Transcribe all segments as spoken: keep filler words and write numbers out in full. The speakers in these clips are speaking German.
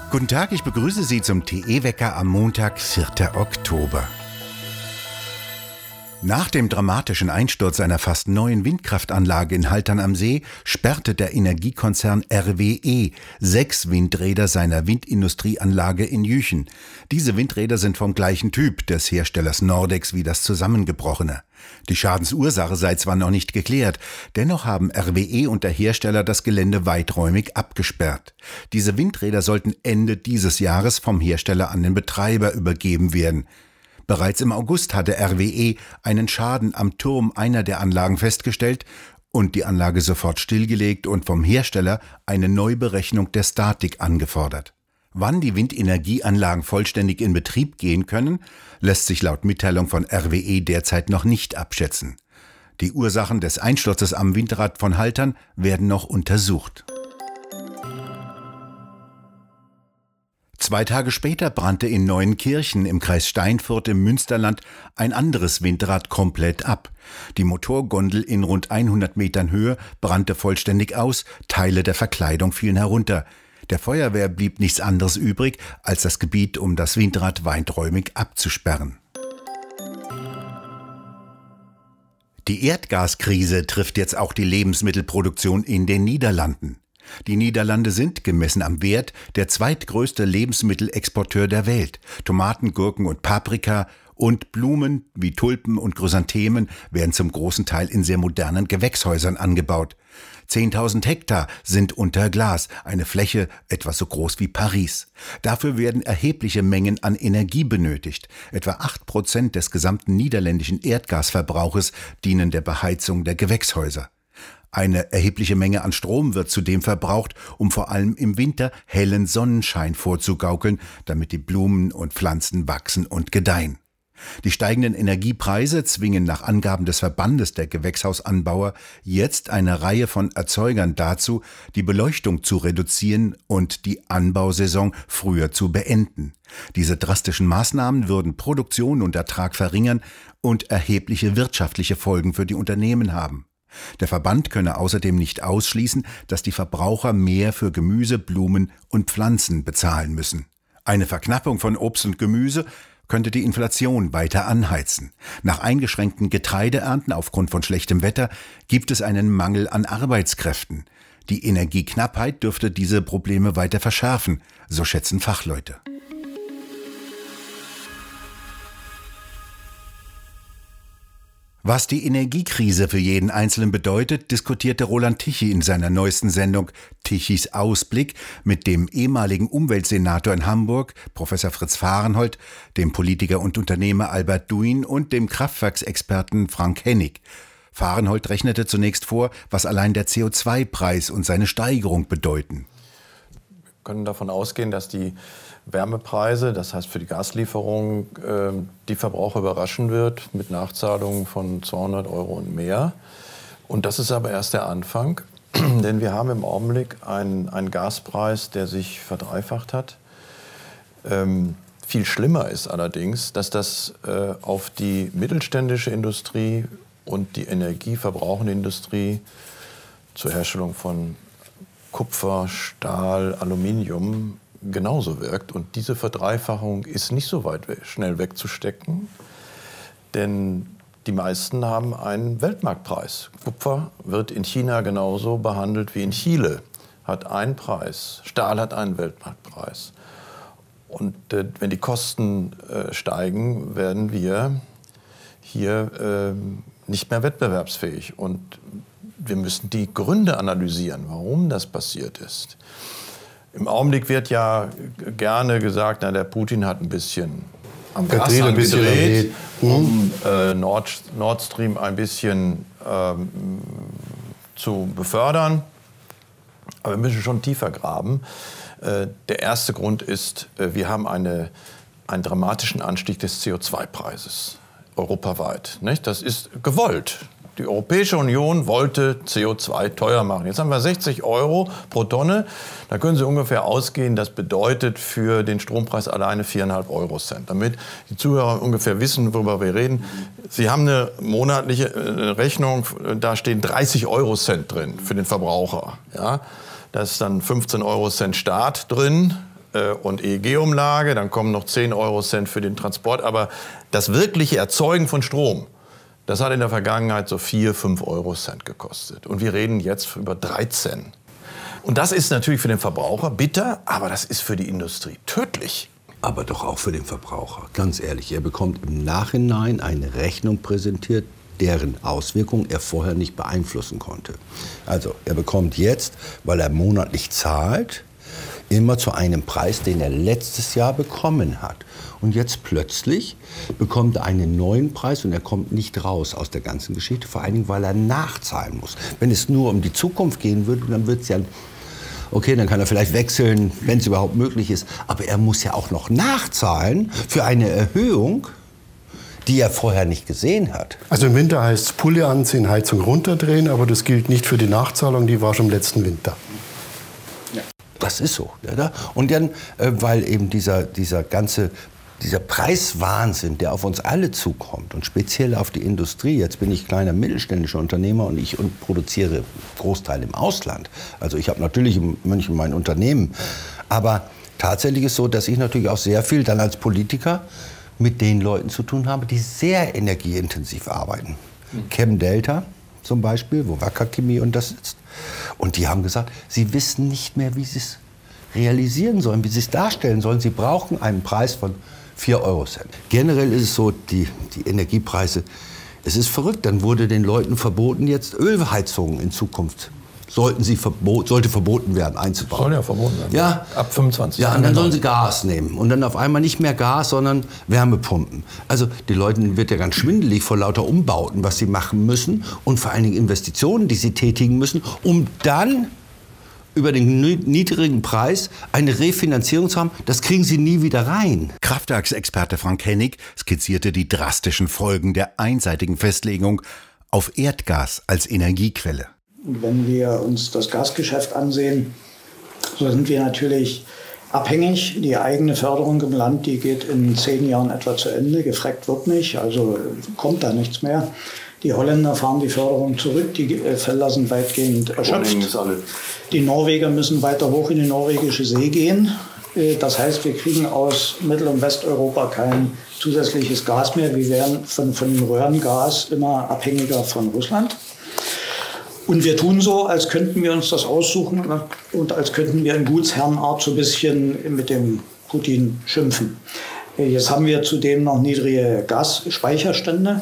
Guten Tag, ich begrüße Sie zum T E-Wecker am Montag, vierten Oktober. Nach dem dramatischen Einsturz einer fast neuen Windkraftanlage in Haltern am See sperrte der Energiekonzern R W E sechs Windräder seiner Windindustrieanlage in Jüchen. Diese Windräder sind vom gleichen Typ des Herstellers Nordex wie das zusammengebrochene. Die Schadensursache sei zwar noch nicht geklärt, dennoch haben R W E und der Hersteller das Gelände weiträumig abgesperrt. Diese Windräder sollten Ende dieses Jahres vom Hersteller an den Betreiber übergeben werden. Bereits im August hatte R W E einen Schaden am Turm einer der Anlagen festgestellt und die Anlage sofort stillgelegt und vom Hersteller eine Neuberechnung der Statik angefordert. Wann die Windenergieanlagen vollständig in Betrieb gehen können, lässt sich laut Mitteilung von R W E derzeit noch nicht abschätzen. Die Ursachen des Einsturzes am Windrad von Haltern werden noch untersucht. Zwei Tage später brannte in Neuenkirchen im Kreis Steinfurt im Münsterland ein anderes Windrad komplett ab. Die Motorgondel in rund hundert Metern Höhe brannte vollständig aus, Teile der Verkleidung fielen herunter. Der Feuerwehr blieb nichts anderes übrig, als das Gebiet um das Windrad weiträumig abzusperren. Die Erdgaskrise trifft jetzt auch die Lebensmittelproduktion in den Niederlanden. Die Niederlande sind, gemessen am Wert, der zweitgrößte Lebensmittelexporteur der Welt. Tomaten, Gurken und Paprika und Blumen wie Tulpen und Chrysanthemen werden zum großen Teil in sehr modernen Gewächshäusern angebaut. zehntausend Hektar sind unter Glas, eine Fläche etwas so groß wie Paris. Dafür werden erhebliche Mengen an Energie benötigt. Etwa acht Prozent des gesamten niederländischen Erdgasverbrauches dienen der Beheizung der Gewächshäuser. Eine erhebliche Menge an Strom wird zudem verbraucht, um vor allem im Winter hellen Sonnenschein vorzugaukeln, damit die Blumen und Pflanzen wachsen und gedeihen. Die steigenden Energiepreise zwingen nach Angaben des Verbandes der Gewächshausanbauer jetzt eine Reihe von Erzeugern dazu, die Beleuchtung zu reduzieren und die Anbausaison früher zu beenden. Diese drastischen Maßnahmen würden Produktion und Ertrag verringern und erhebliche wirtschaftliche Folgen für die Unternehmen haben. Der Verband könne außerdem nicht ausschließen, dass die Verbraucher mehr für Gemüse, Blumen und Pflanzen bezahlen müssen. Eine Verknappung von Obst und Gemüse könnte die Inflation weiter anheizen. Nach eingeschränkten Getreideernten aufgrund von schlechtem Wetter gibt es einen Mangel an Arbeitskräften. Die Energieknappheit dürfte diese Probleme weiter verschärfen, so schätzen Fachleute. Was die Energiekrise für jeden Einzelnen bedeutet, diskutierte Roland Tichy in seiner neuesten Sendung Tichys Ausblick mit dem ehemaligen Umweltsenator in Hamburg, Professor Fritz Fahrenhold, dem Politiker und Unternehmer Albert Duin und dem Kraftwerksexperten Frank Hennig. Fahrenhold rechnete zunächst vor, was allein der C O zwei Preis und seine Steigerung bedeuten. Wir können davon ausgehen, dass die Wärmepreise, das heißt für die Gaslieferung, äh, die Verbraucher überraschen wird mit Nachzahlungen von zweihundert Euro und mehr. Und das ist aber erst der Anfang, denn wir haben im Augenblick einen, einen Gaspreis, der sich verdreifacht hat. Ähm, viel schlimmer ist allerdings, dass das äh, auf die mittelständische Industrie und die energieverbrauchende Industrie zur Herstellung von Kupfer, Stahl, Aluminium genauso wirkt. Und diese Verdreifachung ist nicht so weit schnell wegzustecken, denn die meisten haben einen Weltmarktpreis. Kupfer wird in China genauso behandelt wie in Chile, hat einen Preis. Stahl hat einen Weltmarktpreis. Und äh, wenn die Kosten äh, steigen, werden wir hier äh, nicht mehr wettbewerbsfähig. Und wir müssen die Gründe analysieren, warum das passiert ist. Im Augenblick wird ja gerne gesagt, na, der Putin hat ein bisschen am Gas gedreht, um äh, Nord, Nord Stream ein bisschen ähm, zu befördern. Aber wir müssen schon tiefer graben. Äh, der erste Grund ist, äh, wir haben eine, einen dramatischen Anstieg des C O zwei Preises europaweit. Nicht? Das ist gewollt. Die Europäische Union wollte C O zwei teuer machen. Jetzt haben wir sechzig Euro pro Tonne. Da können Sie ungefähr ausgehen, das bedeutet für den Strompreis alleine viereinhalb Euro Cent. Damit die Zuhörer ungefähr wissen, worüber wir reden. Sie haben eine monatliche Rechnung, da stehen dreißig Euro Cent drin für den Verbraucher. Ja, da ist dann fünfzehn Euro Cent Staat drin äh, und E E G-Umlage, dann kommen noch zehn Eurocent für den Transport. Aber das wirkliche Erzeugen von Strom, das hat in der Vergangenheit so vier, fünf Eurocent gekostet. Und wir reden jetzt über dreizehn. Und das ist natürlich für den Verbraucher bitter, aber das ist für die Industrie tödlich. Aber doch auch für den Verbraucher, ganz ehrlich. Er bekommt im Nachhinein eine Rechnung präsentiert, deren Auswirkungen er vorher nicht beeinflussen konnte. Also er bekommt jetzt, weil er monatlich zahlt, immer zu einem Preis, den er letztes Jahr bekommen hat. Und jetzt plötzlich bekommt er einen neuen Preis und er kommt nicht raus aus der ganzen Geschichte, vor allen Dingen, weil er nachzahlen muss. Wenn es nur um die Zukunft gehen würde, dann wird es ja, okay, dann kann er vielleicht wechseln, wenn es überhaupt möglich ist. Aber er muss ja auch noch nachzahlen für eine Erhöhung, die er vorher nicht gesehen hat. Also im Winter heißt es Pulle anziehen, Heizung runterdrehen, aber das gilt nicht für die Nachzahlung, die war schon im letzten Winter. Ja. Das ist so. Oder? Und dann, äh, weil eben dieser, dieser ganze dieser Preiswahnsinn, der auf uns alle zukommt und speziell auf die Industrie, jetzt bin ich kleiner mittelständischer Unternehmer und ich und produziere Großteil im Ausland. Also ich habe natürlich in München mein Unternehmen, aber tatsächlich ist es so, dass ich natürlich auch sehr viel dann als Politiker mit den Leuten zu tun habe, die sehr energieintensiv arbeiten. Mhm. Chem Delta zum Beispiel, wo Wacker Chemie und das sitzt. Und die haben gesagt, sie wissen nicht mehr, wie sie es realisieren sollen, wie sie es darstellen sollen. Sie brauchen einen Preis von vier Eurocent. Generell ist es so, die, die Energiepreise, es ist verrückt. Dann wurde den Leuten verboten, jetzt Ölheizungen in Zukunft sollten sie verbot, sollte verboten werden einzubauen. Soll ja verboten werden. Ja. Ab fünfundzwanzig. Ja, und dann sollen sie Gas nehmen. Und dann auf einmal nicht mehr Gas, sondern Wärmepumpen. Also die Leuten wird ja ganz schwindelig vor lauter Umbauten, was sie machen müssen. Und vor allen Dingen Investitionen, die sie tätigen müssen, um dann über den niedrigen Preis eine Refinanzierung zu haben. Das kriegen sie nie wieder rein. Kraftwerksexperte Frank Hennig skizzierte die drastischen Folgen der einseitigen Festlegung auf Erdgas als Energiequelle. Und wenn wir uns das Gasgeschäft ansehen, so sind wir natürlich abhängig. Die eigene Förderung im Land, die geht in zehn Jahren etwa zu Ende. Gefreckt wird nicht, also kommt da nichts mehr. Die Holländer fahren die Förderung zurück, die Felder sind weitgehend erschöpft. Die Norweger müssen weiter hoch in die norwegische See gehen. Das heißt, wir kriegen aus Mittel- und Westeuropa kein zusätzliches Gas mehr. Wir werden von, von dem Röhrengas immer abhängiger von Russland. Und wir tun so, als könnten wir uns das aussuchen und als könnten wir in Gutsherrenart so ein bisschen mit dem Putin schimpfen. Jetzt haben wir zudem noch niedrige Gasspeicherstände.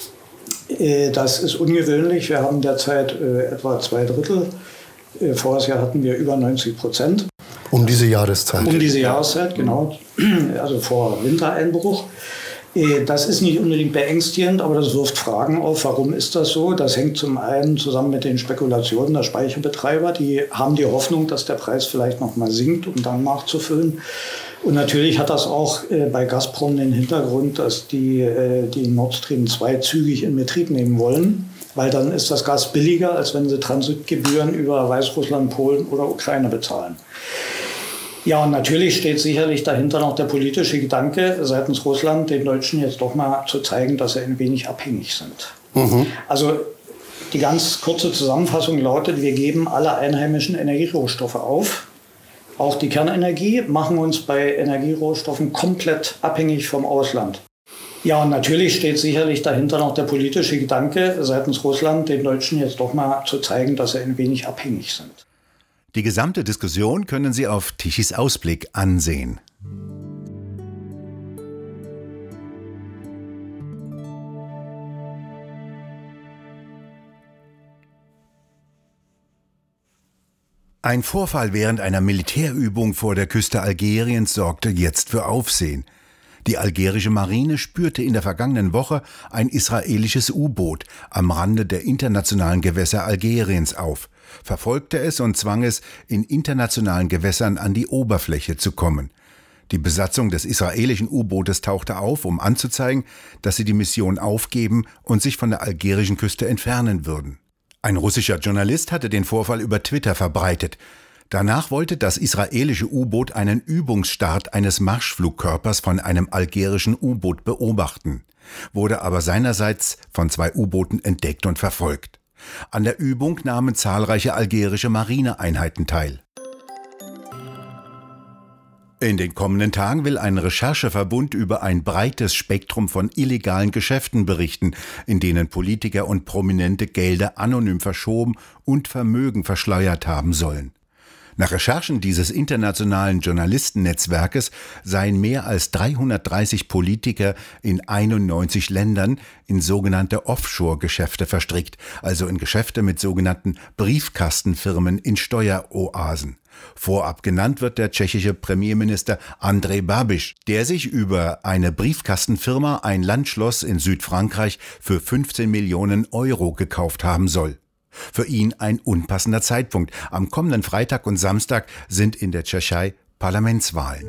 Das ist ungewöhnlich. Wir haben derzeit etwa zwei Drittel. Voriges Jahr hatten wir über neunzig Prozent. Um diese Jahreszeit. Um diese Jahreszeit, genau. Also vor Wintereinbruch. Das ist nicht unbedingt beängstigend, aber das wirft Fragen auf. Warum ist das so? Das hängt zum einen zusammen mit den Spekulationen der Speicherbetreiber. Die haben die Hoffnung, dass der Preis vielleicht noch mal sinkt, um dann nachzufüllen. Und natürlich hat das auch äh, bei Gazprom den Hintergrund, dass die, äh, die Nord Stream zwei zügig in Betrieb nehmen wollen. Weil dann ist das Gas billiger, als wenn sie Transitgebühren über Weißrussland, Polen oder Ukraine bezahlen. Ja, und natürlich steht sicherlich dahinter noch der politische Gedanke seitens Russland, den Deutschen jetzt doch mal zu zeigen, dass sie ein wenig abhängig sind. Mhm. Also die ganz kurze Zusammenfassung lautet, wir geben alle einheimischen Energierohstoffe auf, auch die Kernenergie, machen uns bei Energierohstoffen komplett abhängig vom Ausland. Ja, und natürlich steht sicherlich dahinter noch der politische Gedanke seitens Russland, den Deutschen jetzt doch mal zu zeigen, dass sie ein wenig abhängig sind. Die gesamte Diskussion können Sie auf Tichys Ausblick ansehen. Ein Vorfall während einer Militärübung vor der Küste Algeriens sorgte jetzt für Aufsehen. Die algerische Marine spürte in der vergangenen Woche ein israelisches U-Boot am Rande der internationalen Gewässer Algeriens auf, verfolgte es und zwang es, in internationalen Gewässern an die Oberfläche zu kommen. Die Besatzung des israelischen U-Bootes tauchte auf, um anzuzeigen, dass sie die Mission aufgeben und sich von der algerischen Küste entfernen würden. Ein russischer Journalist hatte den Vorfall über Twitter verbreitet. Danach wollte das israelische U-Boot einen Übungsstart eines Marschflugkörpers von einem algerischen U-Boot beobachten, wurde aber seinerseits von zwei U-Booten entdeckt und verfolgt. An der Übung nahmen zahlreiche algerische Marineeinheiten teil. In den kommenden Tagen will ein Rechercheverbund über ein breites Spektrum von illegalen Geschäften berichten, in denen Politiker und Prominente Gelder anonym verschoben und Vermögen verschleiert haben sollen. Nach Recherchen dieses internationalen Journalistennetzwerkes seien mehr als dreihundertdreißig Politiker in einundneunzig Ländern in sogenannte Offshore-Geschäfte verstrickt, also in Geschäfte mit sogenannten Briefkastenfirmen in Steueroasen. Vorab genannt wird der tschechische Premierminister Andrej Babiš, der sich über eine Briefkastenfirma ein Landschloss in Südfrankreich für fünfzehn Millionen Euro gekauft haben soll. Für ihn ein unpassender Zeitpunkt. Am kommenden Freitag und Samstag sind in der Tschechei Parlamentswahlen.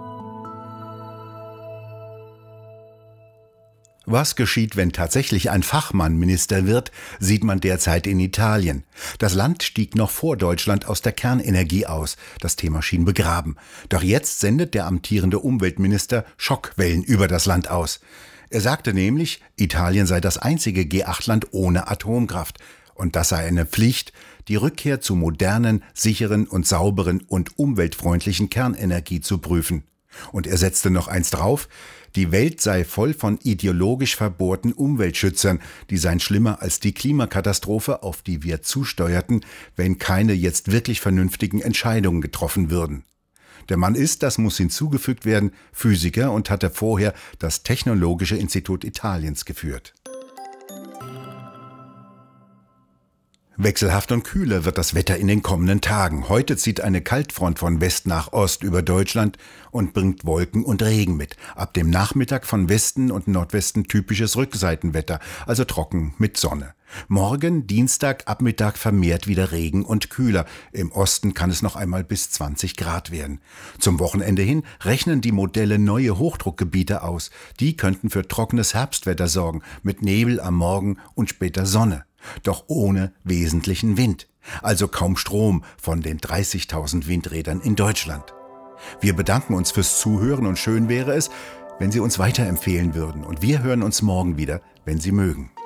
Was geschieht, wenn tatsächlich ein Fachmann Minister wird, sieht man derzeit in Italien. Das Land stieg noch vor Deutschland aus der Kernenergie aus. Das Thema schien begraben. Doch jetzt sendet der amtierende Umweltminister Schockwellen über das Land aus. Er sagte nämlich, Italien sei das einzige G acht Land ohne Atomkraft. Und das sei eine Pflicht, die Rückkehr zu modernen, sicheren und sauberen und umweltfreundlichen Kernenergie zu prüfen. Und er setzte noch eins drauf, die Welt sei voll von ideologisch verbohrten Umweltschützern, die seien schlimmer als die Klimakatastrophe, auf die wir zusteuerten, wenn keine jetzt wirklich vernünftigen Entscheidungen getroffen würden. Der Mann ist, das muss hinzugefügt werden, Physiker und hatte vorher das Technologische Institut Italiens geführt. Wechselhaft und kühler wird das Wetter in den kommenden Tagen. Heute zieht eine Kaltfront von West nach Ost über Deutschland und bringt Wolken und Regen mit. Ab dem Nachmittag von Westen und Nordwesten typisches Rückseitenwetter, also trocken mit Sonne. Morgen, Dienstag, ab Mittag vermehrt wieder Regen und kühler. Im Osten kann es noch einmal bis zwanzig Grad werden. Zum Wochenende hin rechnen die Modelle neue Hochdruckgebiete aus. Die könnten für trockenes Herbstwetter sorgen, mit Nebel am Morgen und später Sonne. Doch ohne wesentlichen Wind, also kaum Strom von den dreißigtausend Windrädern in Deutschland. Wir bedanken uns fürs Zuhören und schön wäre es, wenn Sie uns weiterempfehlen würden. Und wir hören uns morgen wieder, wenn Sie mögen.